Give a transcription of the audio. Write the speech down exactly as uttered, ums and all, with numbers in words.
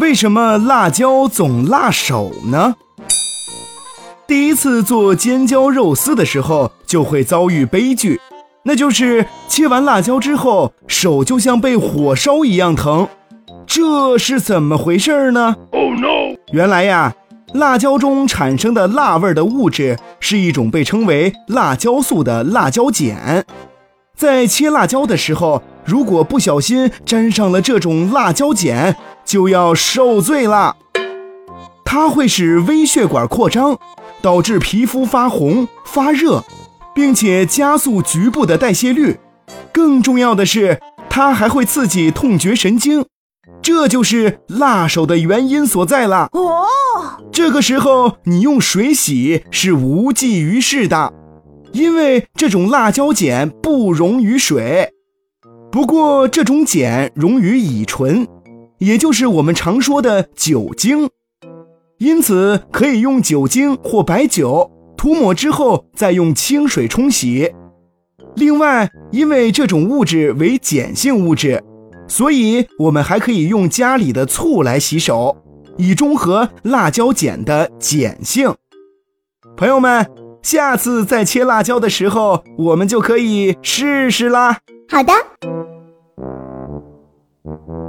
为什么辣椒总辣手呢？第一次做尖椒肉丝的时候就会遭遇悲剧，那就是切完辣椒之后手就像被火烧一样疼。这是怎么回事呢？ Oh no！ 原来呀，辣椒中产生的辣味的物质是一种被称为辣椒素的辣椒碱。在切辣椒的时候，如果不小心沾上了这种辣椒碱，就要受罪了。它会使微血管扩张，导致皮肤发红发热，并且加速局部的代谢率。更重要的是，它还会刺激痛觉神经，这就是辣手的原因所在了。 哦， 这个时候你用水洗是无济于事的，因为这种辣椒碱不溶于水。不过这种碱溶于乙醇，也就是我们常说的酒精，因此可以用酒精或白酒涂抹之后再用清水冲洗。另外，因为这种物质为碱性物质，所以我们还可以用家里的醋来洗手，以中和辣椒碱的碱性。朋友们，下次在切辣椒的时候，我们就可以试试啦。 好的。